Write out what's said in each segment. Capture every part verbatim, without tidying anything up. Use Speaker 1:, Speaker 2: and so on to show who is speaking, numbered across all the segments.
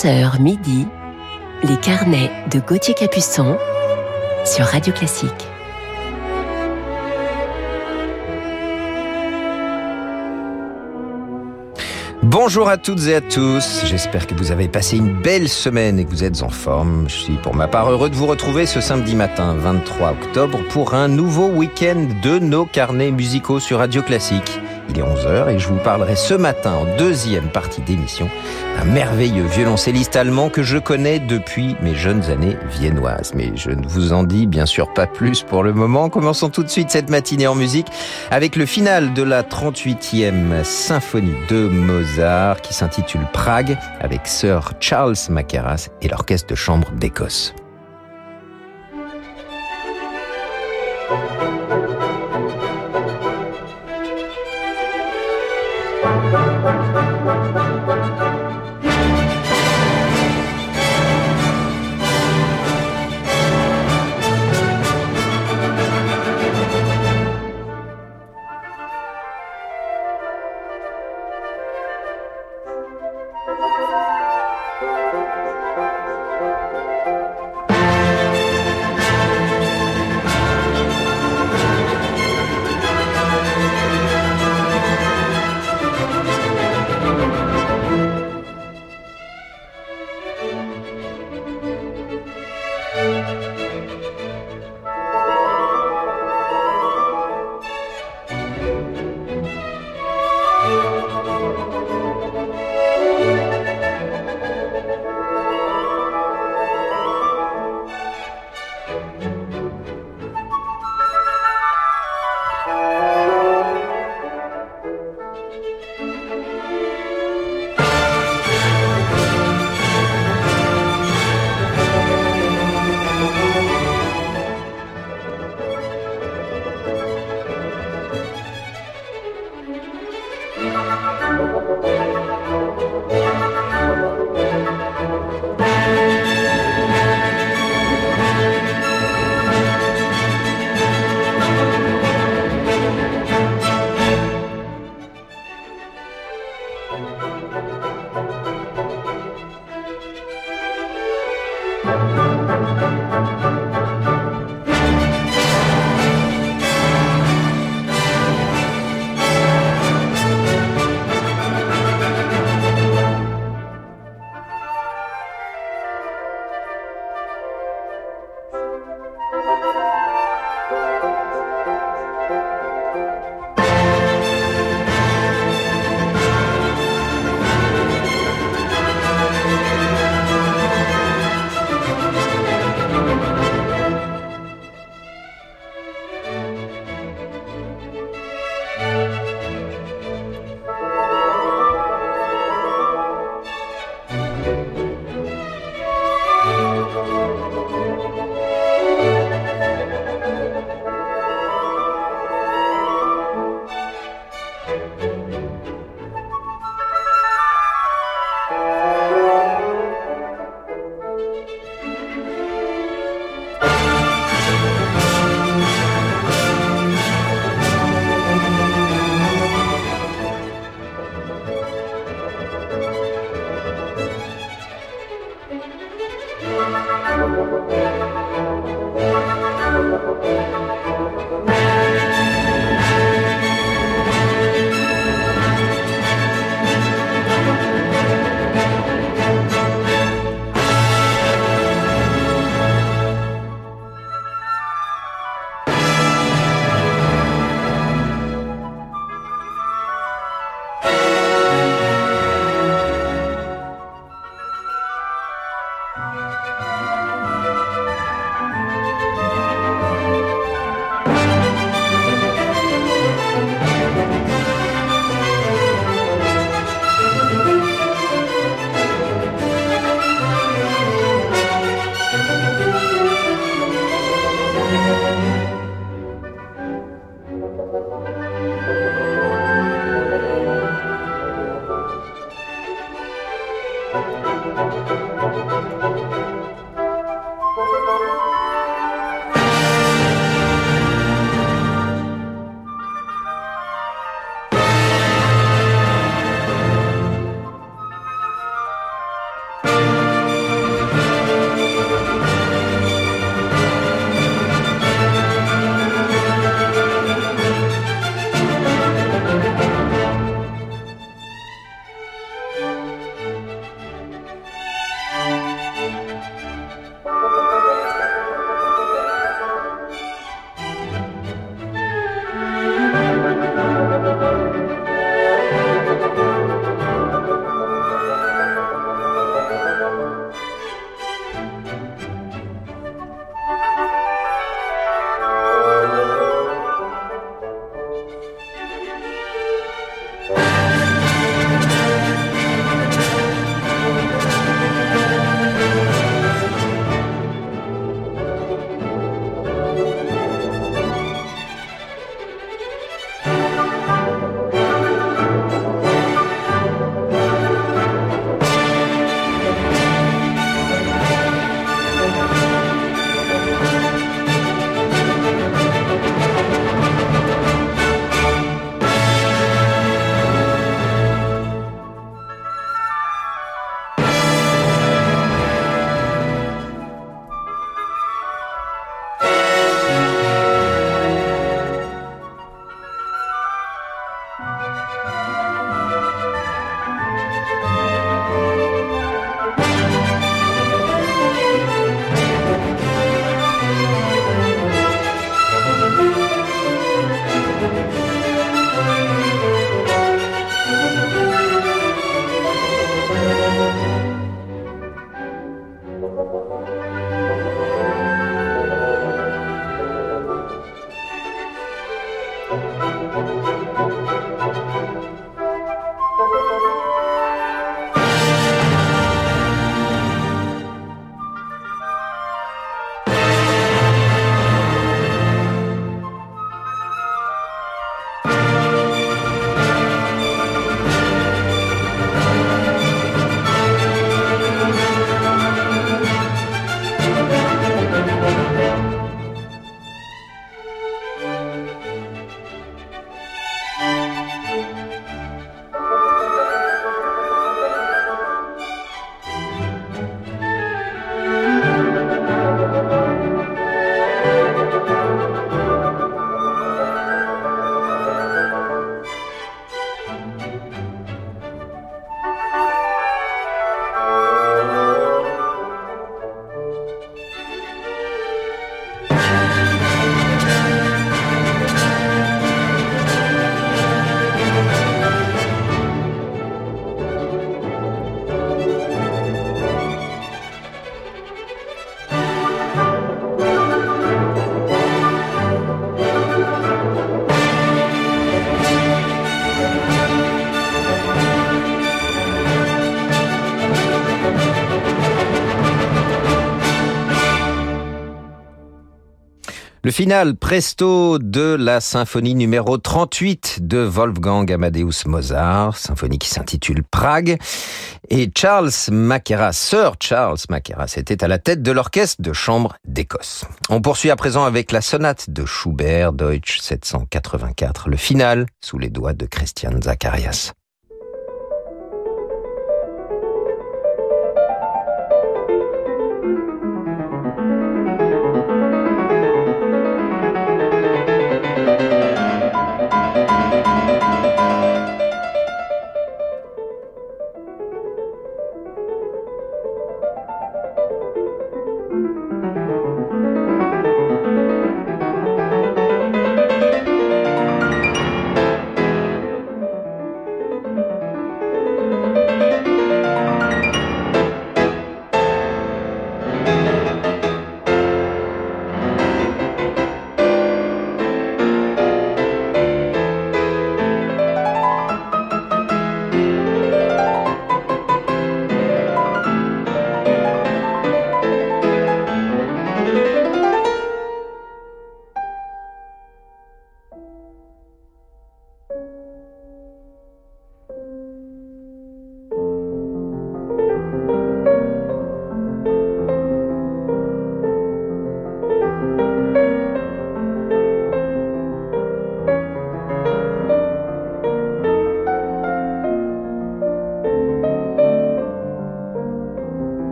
Speaker 1: onze heures midi, les carnets de Gauthier Capuçon sur Radio Classique.
Speaker 2: Bonjour à toutes et à tous, j'espère que vous avez passé une belle semaine et que vous êtes en forme. Je suis pour ma part heureux de vous retrouver ce samedi matin vingt-trois octobre pour un nouveau week-end de nos carnets musicaux sur Radio Classique. Il est onze heures et je vous parlerai ce matin en deuxième partie d'émission d'un merveilleux violoncelliste allemand que je connais depuis mes jeunes années viennoises. Mais je ne vous en dis bien sûr pas plus pour le moment. Commençons tout de suite cette matinée en musique avec le final de la trente-huitième symphonie de Mozart qui s'intitule Prague avec Sir Charles Mackerras et l'orchestre de chambre d'Écosse. Le final presto de la symphonie numéro trente-huit de Wolfgang Amadeus Mozart, symphonie qui s'intitule Prague. Et Charles Mackerras, Sir Charles Mackerras, était à la tête de l'orchestre de chambre d'Écosse. On poursuit à présent avec la sonate de Schubert, Deutsch sept cent quatre-vingt-quatre, le final sous les doigts de Christian Zacharias.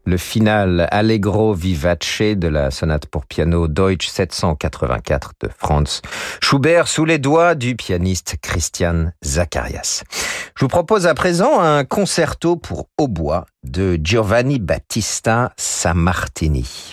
Speaker 2: le final Allegro vivace de la sonate pour piano Deutsch sept cent quatre-vingt-quatre de Franz Schubert sous les doigts du pianiste Christian Zacharias. Je vous propose à présent un concerto pour hautbois de Giovanni Battista Sammartini.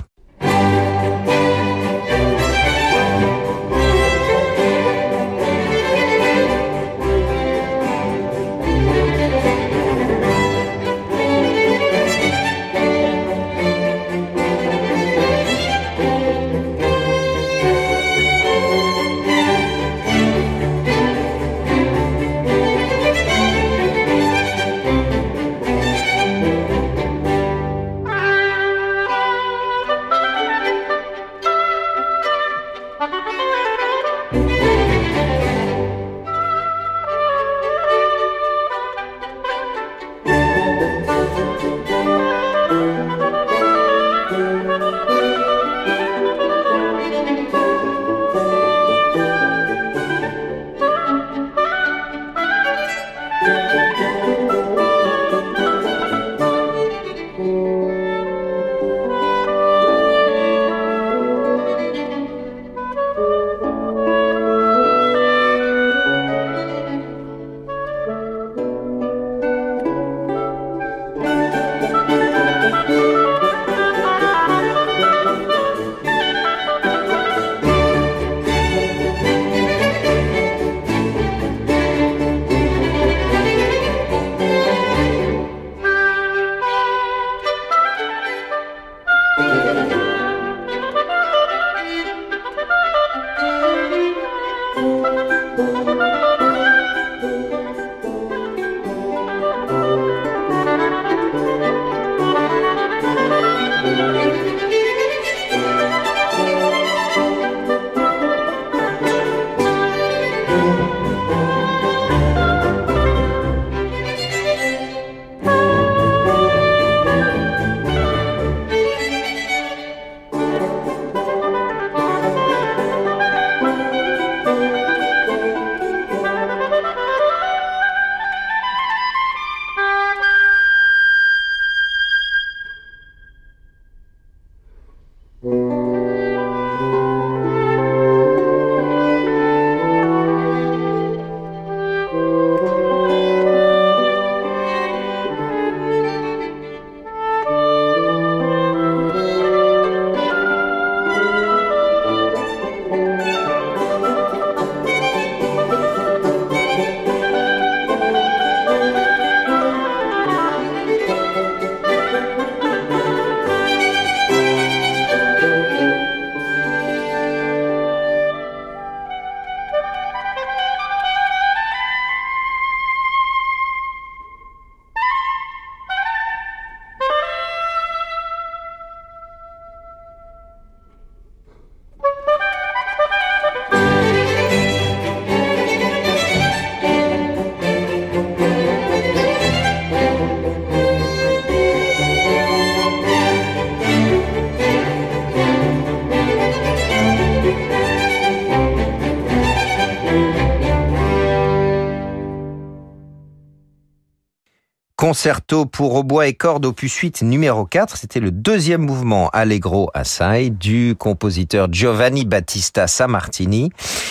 Speaker 2: Concerto pour hautbois et cordes opus huit numéro quatre, c'était le deuxième mouvement Allegro assai du compositeur Giovanni Battista Sammartini.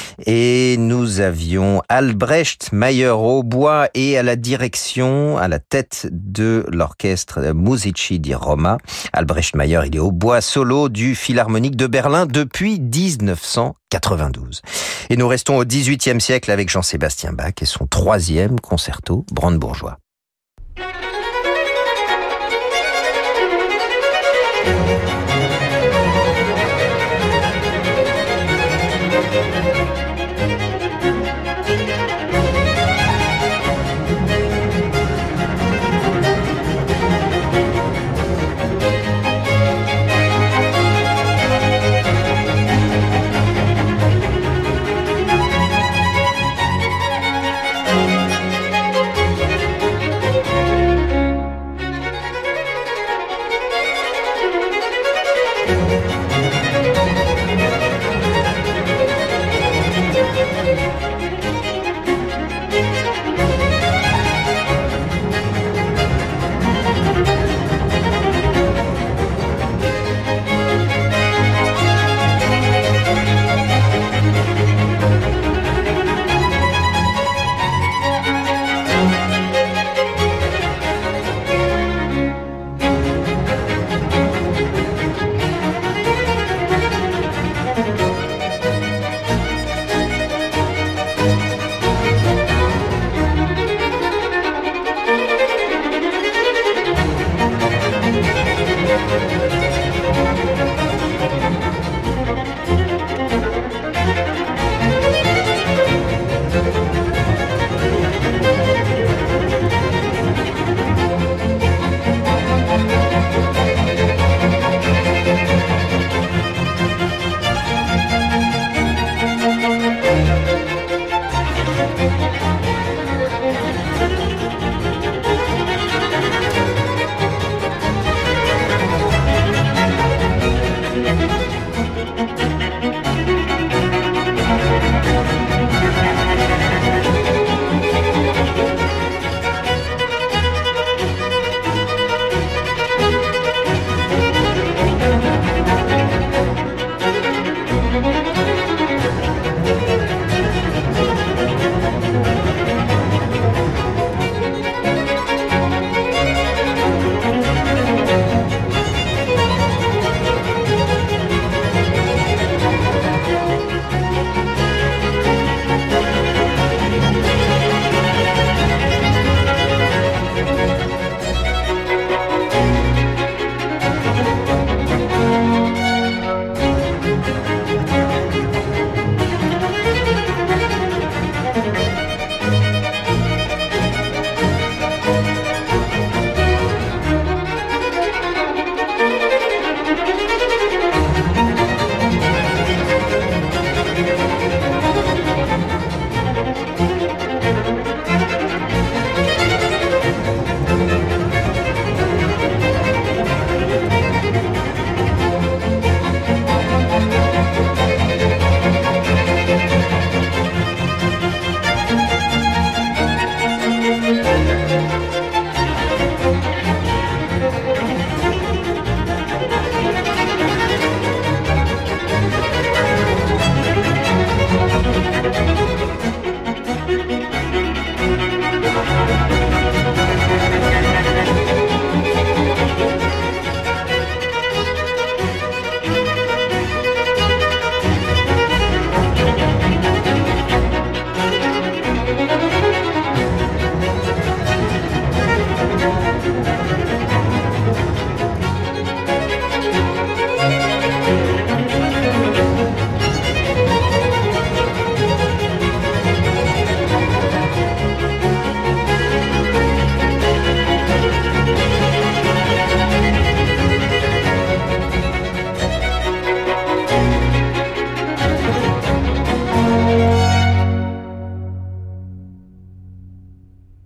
Speaker 2: Et nous avions Albrecht Meyer au hautbois et à la direction, à la tête de l'orchestre Musici di Roma. Albrecht Meyer, il est hautbois solo du Philharmonique de Berlin depuis dix-neuf cent quatre-vingt-douze. Et nous restons au dix-huitième siècle avec Jean-Sébastien Bach et son troisième concerto brandebourgeois.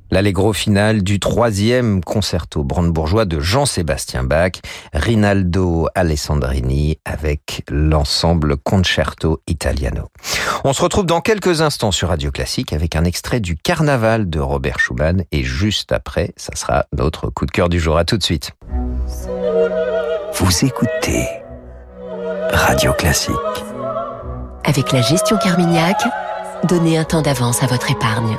Speaker 2: L'allegro final du troisième concerto brandebourgeois de Jean-Sébastien Bach, Rinaldo Alessandrini, avec l'ensemble Concerto Italiano. On se retrouve dans quelques instants sur Radio Classique avec un extrait du Carnaval de Robert Schumann, et juste après, ça sera notre coup de cœur du jour. À tout de suite.
Speaker 3: Vous écoutez Radio Classique.
Speaker 1: Avec la gestion Carmignac, donnez un temps d'avance à votre épargne.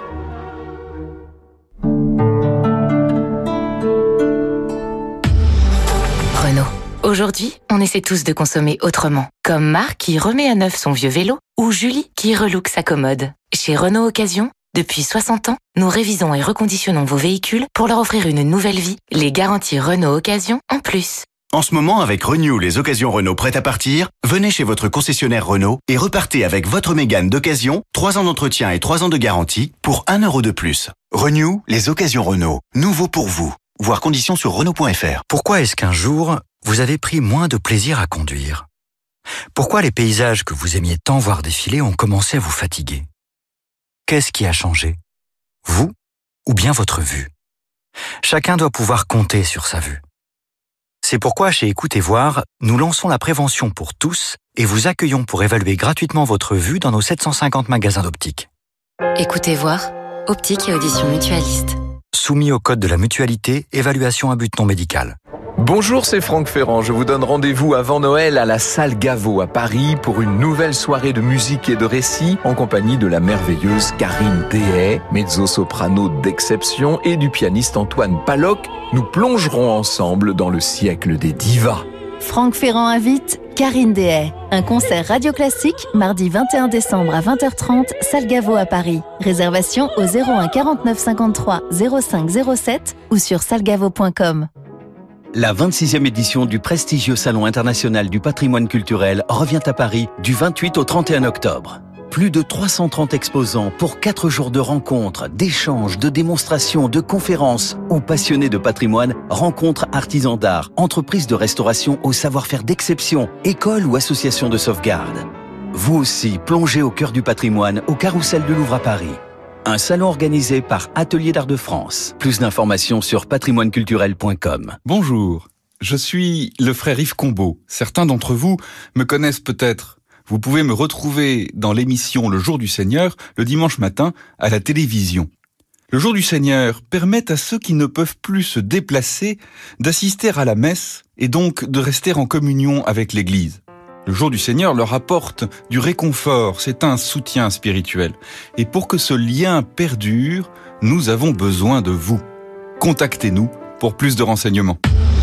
Speaker 1: Renault. Aujourd'hui, on essaie tous de consommer autrement. Comme Marc qui remet à neuf son vieux vélo ou Julie qui relook sa commode. Chez Renault Occasion, depuis soixante ans, nous révisons et reconditionnons vos véhicules pour leur offrir une nouvelle vie. Les garanties Renault Occasion en plus.
Speaker 4: En ce moment, avec Renew, les occasions Renault prêtes à partir, venez chez votre concessionnaire Renault et repartez avec votre Mégane d'occasion, trois ans d'entretien et trois ans de garantie pour un euro de plus. Renew, les occasions Renault. Nouveau pour vous. Voir conditions sur Renault point F R.
Speaker 3: Pourquoi est-ce qu'un jour, vous avez pris moins de plaisir à conduire ? Pourquoi les paysages que vous aimiez tant voir défiler ont commencé à vous fatiguer ? Qu'est-ce qui a changé ? Vous ou bien votre vue ? Chacun doit pouvoir compter sur sa vue. C'est pourquoi chez Écoute et Voir, nous lançons la prévention pour tous et vous accueillons pour évaluer gratuitement votre vue dans nos sept cent cinquante magasins d'optique.
Speaker 1: Écoutez Voir, optique et audition mutualiste.
Speaker 3: Soumis au code de la mutualité, évaluation à but non médical.
Speaker 5: Bonjour, c'est Franck Ferrand. Je vous donne rendez-vous avant Noël à la salle Gaveau à Paris pour une nouvelle soirée de musique et de récits en compagnie de la merveilleuse Karine Dehay, mezzo-soprano d'exception, et du pianiste Antoine Paloc. Nous plongerons ensemble dans le siècle des divas.
Speaker 6: Franck Ferrand invite Karine Dehay. Un concert Radio Classique, mardi vingt et un décembre à vingt heures trente, salle Gaveau à Paris. Réservation au zéro un quarante-neuf cinquante-trois zéro cinq zéro sept ou sur salgavo point com.
Speaker 7: La vingt-sixième édition du prestigieux Salon international du patrimoine culturel revient à Paris du vingt-huit au trente et un octobre. Plus de trois cent trente exposants pour quatre jours de rencontres, d'échanges, de démonstrations, de conférences où passionnés de patrimoine rencontrent artisans d'art, entreprises de restauration au savoir-faire d'exception, écoles ou associations de sauvegarde. Vous aussi, plongez au cœur du patrimoine au Carrousel du Louvre à Paris. Un salon organisé par Atelier d'Art de France. Plus d'informations sur patrimoine culturel point com.
Speaker 8: Bonjour, je suis le frère Yves Combeau. Certains d'entre vous me connaissent peut-être. Vous pouvez me retrouver dans l'émission Le Jour du Seigneur, le dimanche matin, à la télévision. Le Jour du Seigneur permet à ceux qui ne peuvent plus se déplacer d'assister à la messe et donc de rester en communion avec l'Église. Le Jour du Seigneur leur apporte du réconfort, c'est un soutien spirituel. Et pour que ce lien perdure, nous avons besoin de vous. Contactez-nous pour plus de renseignements.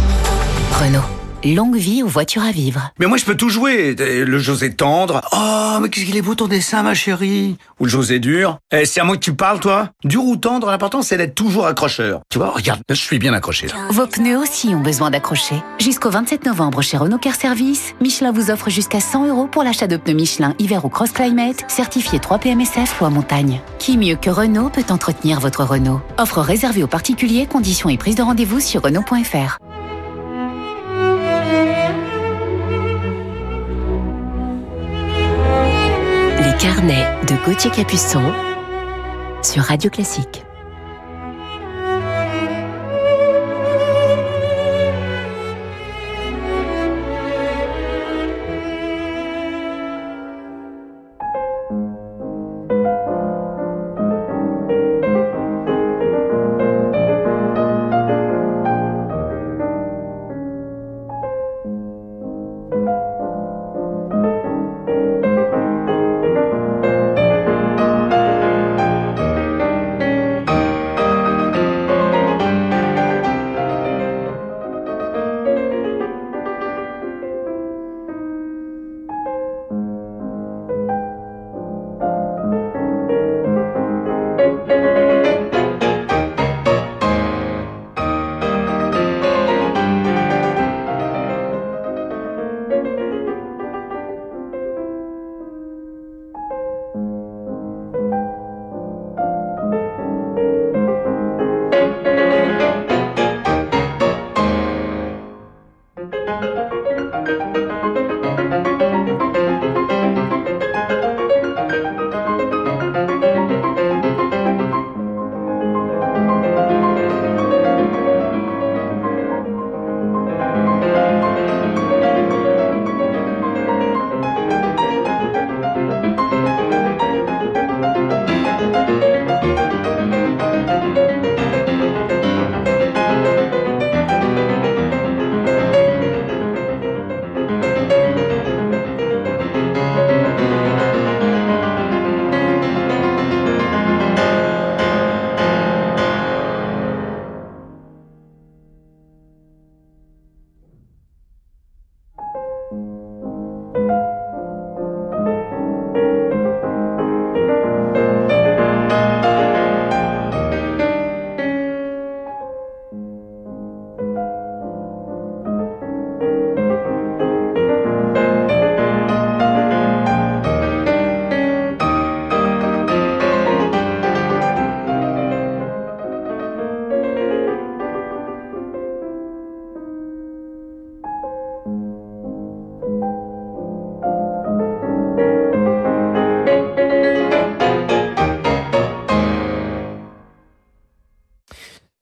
Speaker 1: Renault. Longue vie aux voitures à vivre.
Speaker 9: Mais moi je peux tout jouer, le José tendre. Oh, mais qu'est-ce qu'il est beau ton dessin, ma chérie. Ou le José dur. Eh, c'est à moi que tu parles, toi. Dur ou tendre, l'important c'est d'être toujours accrocheur. Tu vois, regarde, je suis bien accroché là.
Speaker 10: Vos pneus aussi ont besoin d'accrocher. Jusqu'au vingt-sept novembre chez Renault Car Service, Michelin vous offre jusqu'à cent euros pour l'achat de pneus Michelin hiver ou Cross Climate, certifiés trois P M S F loi montagne. Qui mieux que Renault peut entretenir votre Renault? Offre réservée aux particuliers, conditions et prise de rendez-vous sur Renault point F R.
Speaker 1: Les carnets de Gauthier Capuçon sur Radio Classique.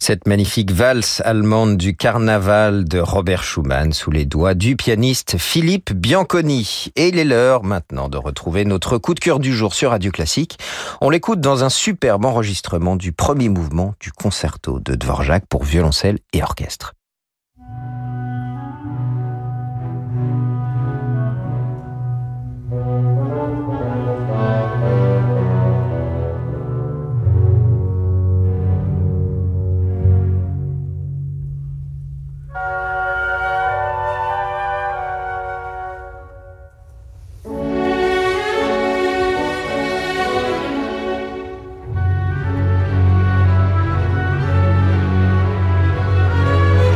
Speaker 2: Cette magnifique valse allemande du carnaval de Robert Schumann sous les doigts du pianiste Philippe Bianconi. Et il est l'heure maintenant de retrouver notre coup de cœur du jour sur Radio Classique. On l'écoute dans un superbe enregistrement du premier mouvement du concerto de Dvorak pour violoncelle et orchestre.
Speaker 11: Thank you.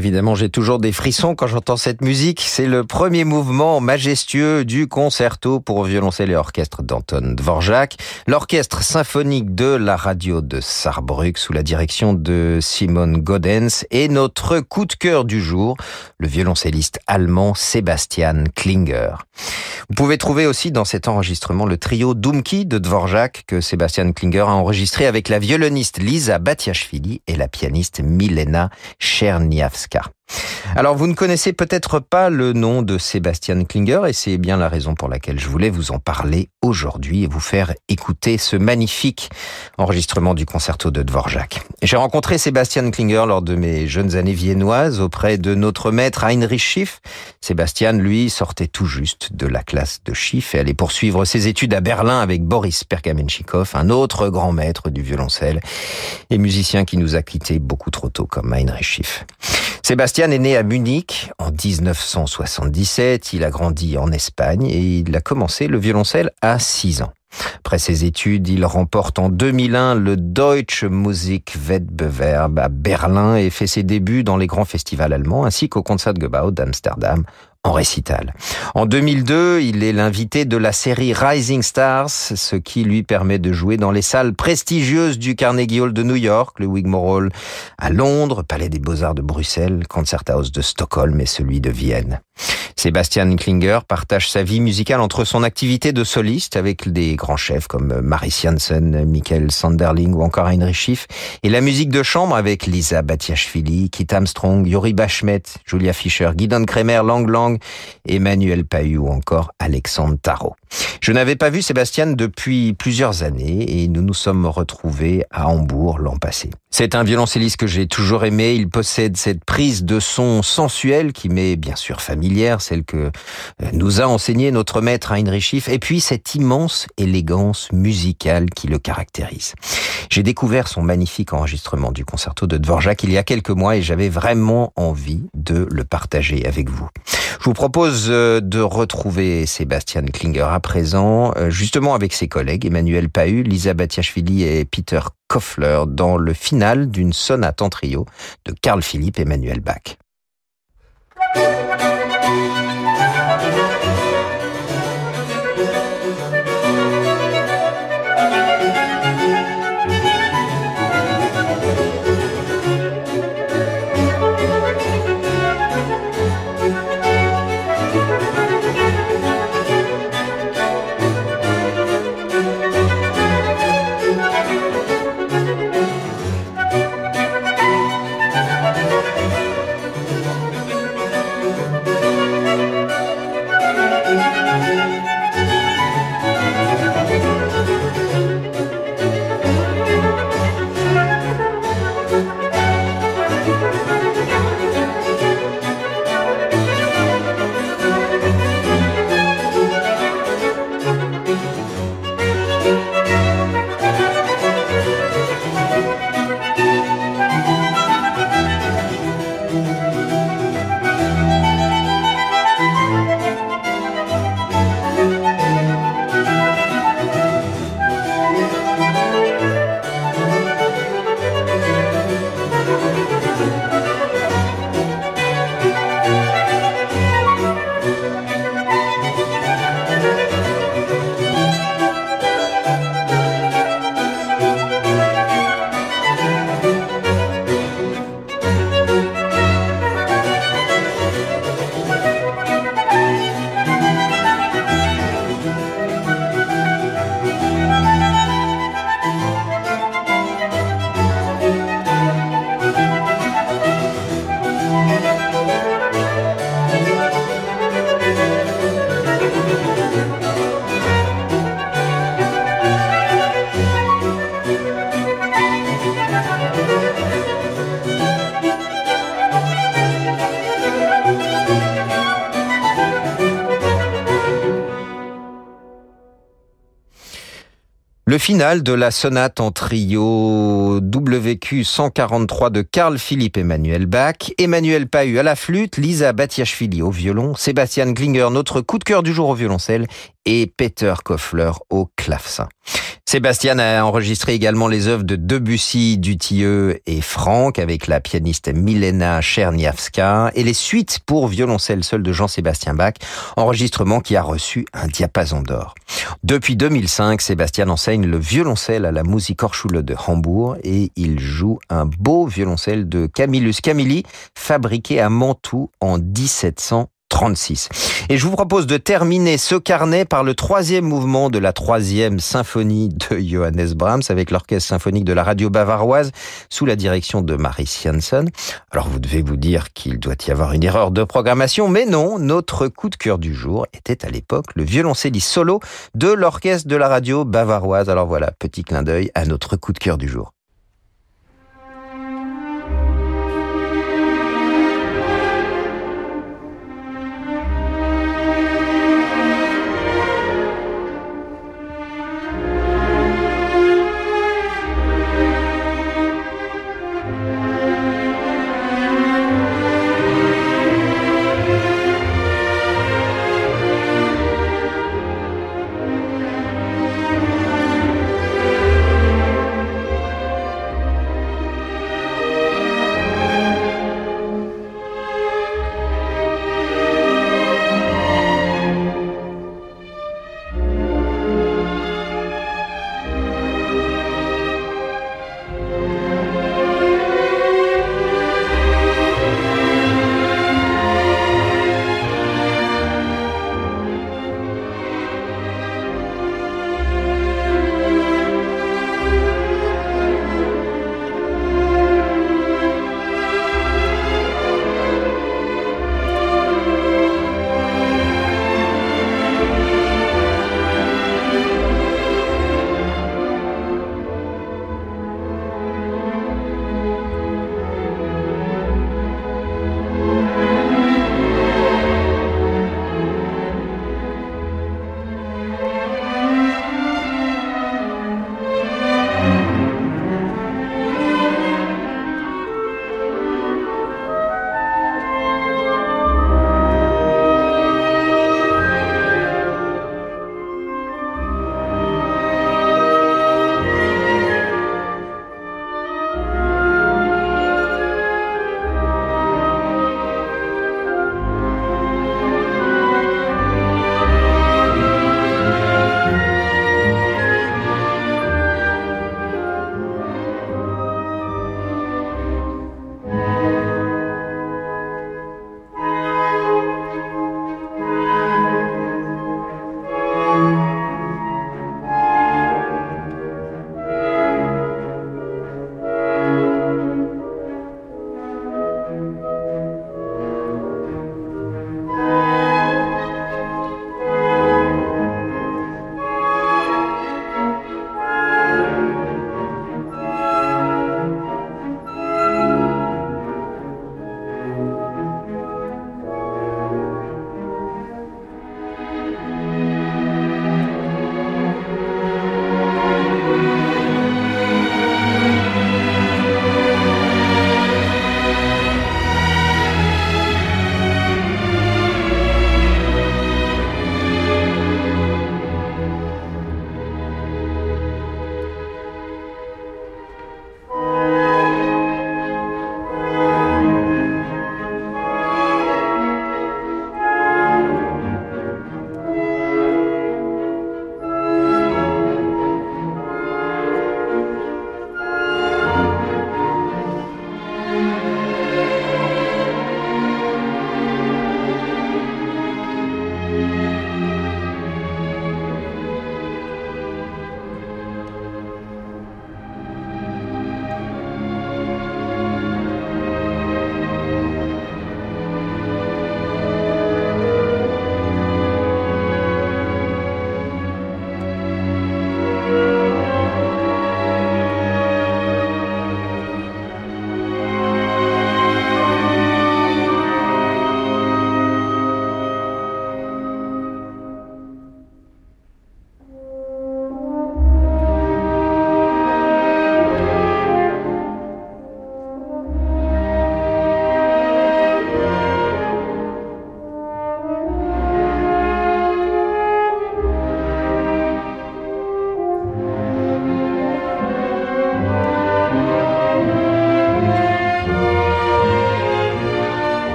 Speaker 2: Évidemment, j'ai toujours des frissons quand j'entends cette musique. C'est le premier mouvement majestueux du concerto pour violoncelle et orchestre d'Anton Dvorak, l'orchestre symphonique de la radio de Saarbrück sous la direction de Simon Godens et notre coup de cœur du jour, le violoncelliste allemand Sebastian Klinger. Vous pouvez trouver aussi dans cet enregistrement le trio Dumki de Dvorak que Sebastian Klinger a enregistré avec la violoniste Lisa Batiashvili et la pianiste Milena Cherniavska. Alors, vous ne connaissez peut-être pas le nom de Sebastian Klinger et c'est bien la raison pour laquelle je voulais vous en parler aujourd'hui et vous faire écouter ce magnifique enregistrement du concerto de Dvorak. J'ai rencontré Sebastian Klinger lors de mes jeunes années viennoises auprès de notre maître Heinrich Schiff. Sebastian, lui, sortait tout juste de la classe de Schiff et allait poursuivre ses études à Berlin avec Boris Pergamenchikov, un autre grand maître du violoncelle et musicien qui nous a quittés beaucoup trop tôt comme Heinrich Schiff. Sébastien est né à Munich en dix-neuf cent soixante-dix-sept, il a grandi en Espagne et il a commencé le violoncelle à six ans. Après ses études, il remporte en deux mille un le Deutsche Musikwettbewerb à Berlin et fait ses débuts dans les grands festivals allemands ainsi qu'au Concertgebouw d'Amsterdam en récital. En deux mille deux, il est l'invité de la série Rising Stars, ce qui lui permet de jouer dans les salles prestigieuses du Carnegie Hall de New York, le Wigmore Hall à Londres, Palais des Beaux-Arts de Bruxelles, Concerthaus de Stockholm et celui de Vienne. Sebastian Klinger partage sa vie musicale entre son activité de soliste avec des grands chefs comme Maris Janssen, Michael Sanderling ou encore Heinrich Schiff et la musique de chambre avec Lisa Batiashvili, Kit Armstrong, Yuri Bashmet, Julia Fischer, Gidon Kremer, Lang Lang, Emmanuel Pahud ou encore Alexandre Tarot. Je n'avais pas vu Sébastien depuis plusieurs années et nous nous sommes retrouvés à Hambourg l'an passé. C'est un violoncelliste que j'ai toujours aimé. Il possède cette prise de son sensuelle qui m'est bien sûr familière, celle que nous a enseigné notre maître Heinrich Schiff, et puis cette immense élégance musicale qui le caractérise. J'ai découvert son magnifique enregistrement du concerto de Dvorak il y a quelques mois et j'avais vraiment envie de le partager avec vous. Je vous propose de retrouver Sebastian Klinger à présent, justement avec ses collègues Emmanuel Pahud, Lisa Batiashvili et Peter Koffler dans le final d'une sonate en trio de Carl Philipp Emanuel Bach. Le final de la sonate en trio W Q cent quarante-trois de Carl Philipp Emanuel Bach, Emmanuel Pahud à la flûte, Lisa Batiashvili au violon, Sebastian Klinger, notre coup de cœur du jour au violoncelle, et Peter Koffler au clavecin. Sébastien a enregistré également les œuvres de Debussy, Dutilleux et Franck avec la pianiste Milena Czerniawska et les suites pour violoncelle seul de Jean-Sébastien Bach, enregistrement qui a reçu un diapason d'or. Depuis deux mille cinq, Sébastien enseigne le violoncelle à la Musikhochschule de Hambourg et il joue un beau violoncelle de Camillus Camilli fabriqué à Mantoue en dix-sept cent trente-six. Et je vous propose de terminer ce carnet par le troisième mouvement de la troisième symphonie de Johannes Brahms avec l'orchestre symphonique de la radio bavaroise sous la direction de Maris Janssen. Alors vous devez vous dire qu'il doit y avoir une erreur de programmation, mais non, notre coup de cœur du jour était à l'époque le violoncelliste solo de l'orchestre de la radio bavaroise. Alors voilà, petit clin d'œil à notre coup de cœur du jour.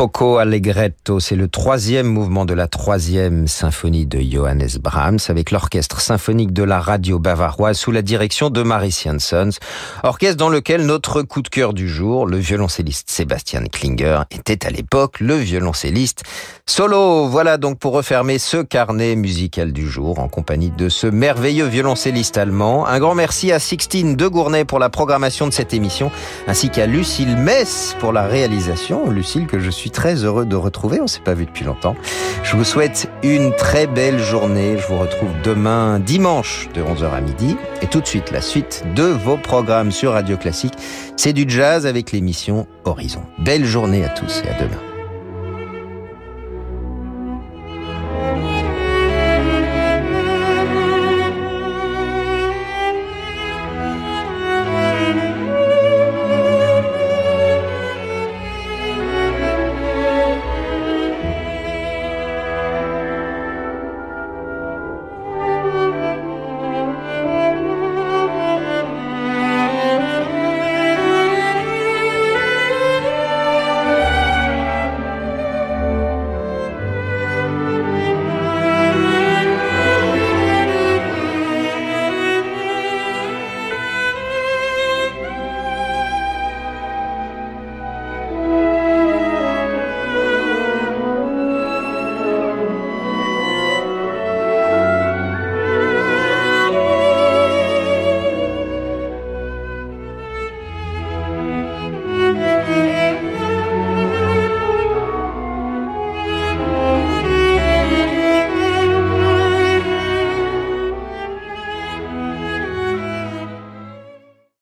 Speaker 2: poco allegretto, c'est le troisième mouvement de la troisième symphonie de Johannes Brahms avec l'orchestre symphonique de la radio bavaroise sous la direction de Maris Janssens, orchestre dans lequel notre coup de cœur du jour, le violoncelliste Sebastian Klinger, était à l'époque le violoncelliste solo. Voilà donc pour refermer ce carnet musical du jour en compagnie de ce merveilleux violoncelliste allemand. Un grand merci à Sixtine de Gournay pour la programmation de cette émission, ainsi qu'à Lucille Mess pour la réalisation. Lucille que je suis très heureux de retrouver, on ne s'est pas vu depuis longtemps. Je vous souhaite une très belle journée. Je vous retrouve demain dimanche de onze heures à midi. Et tout de suite, la suite de vos programmes sur Radio Classique. C'est du jazz avec l'émission Horizon. Belle journée à tous et à demain.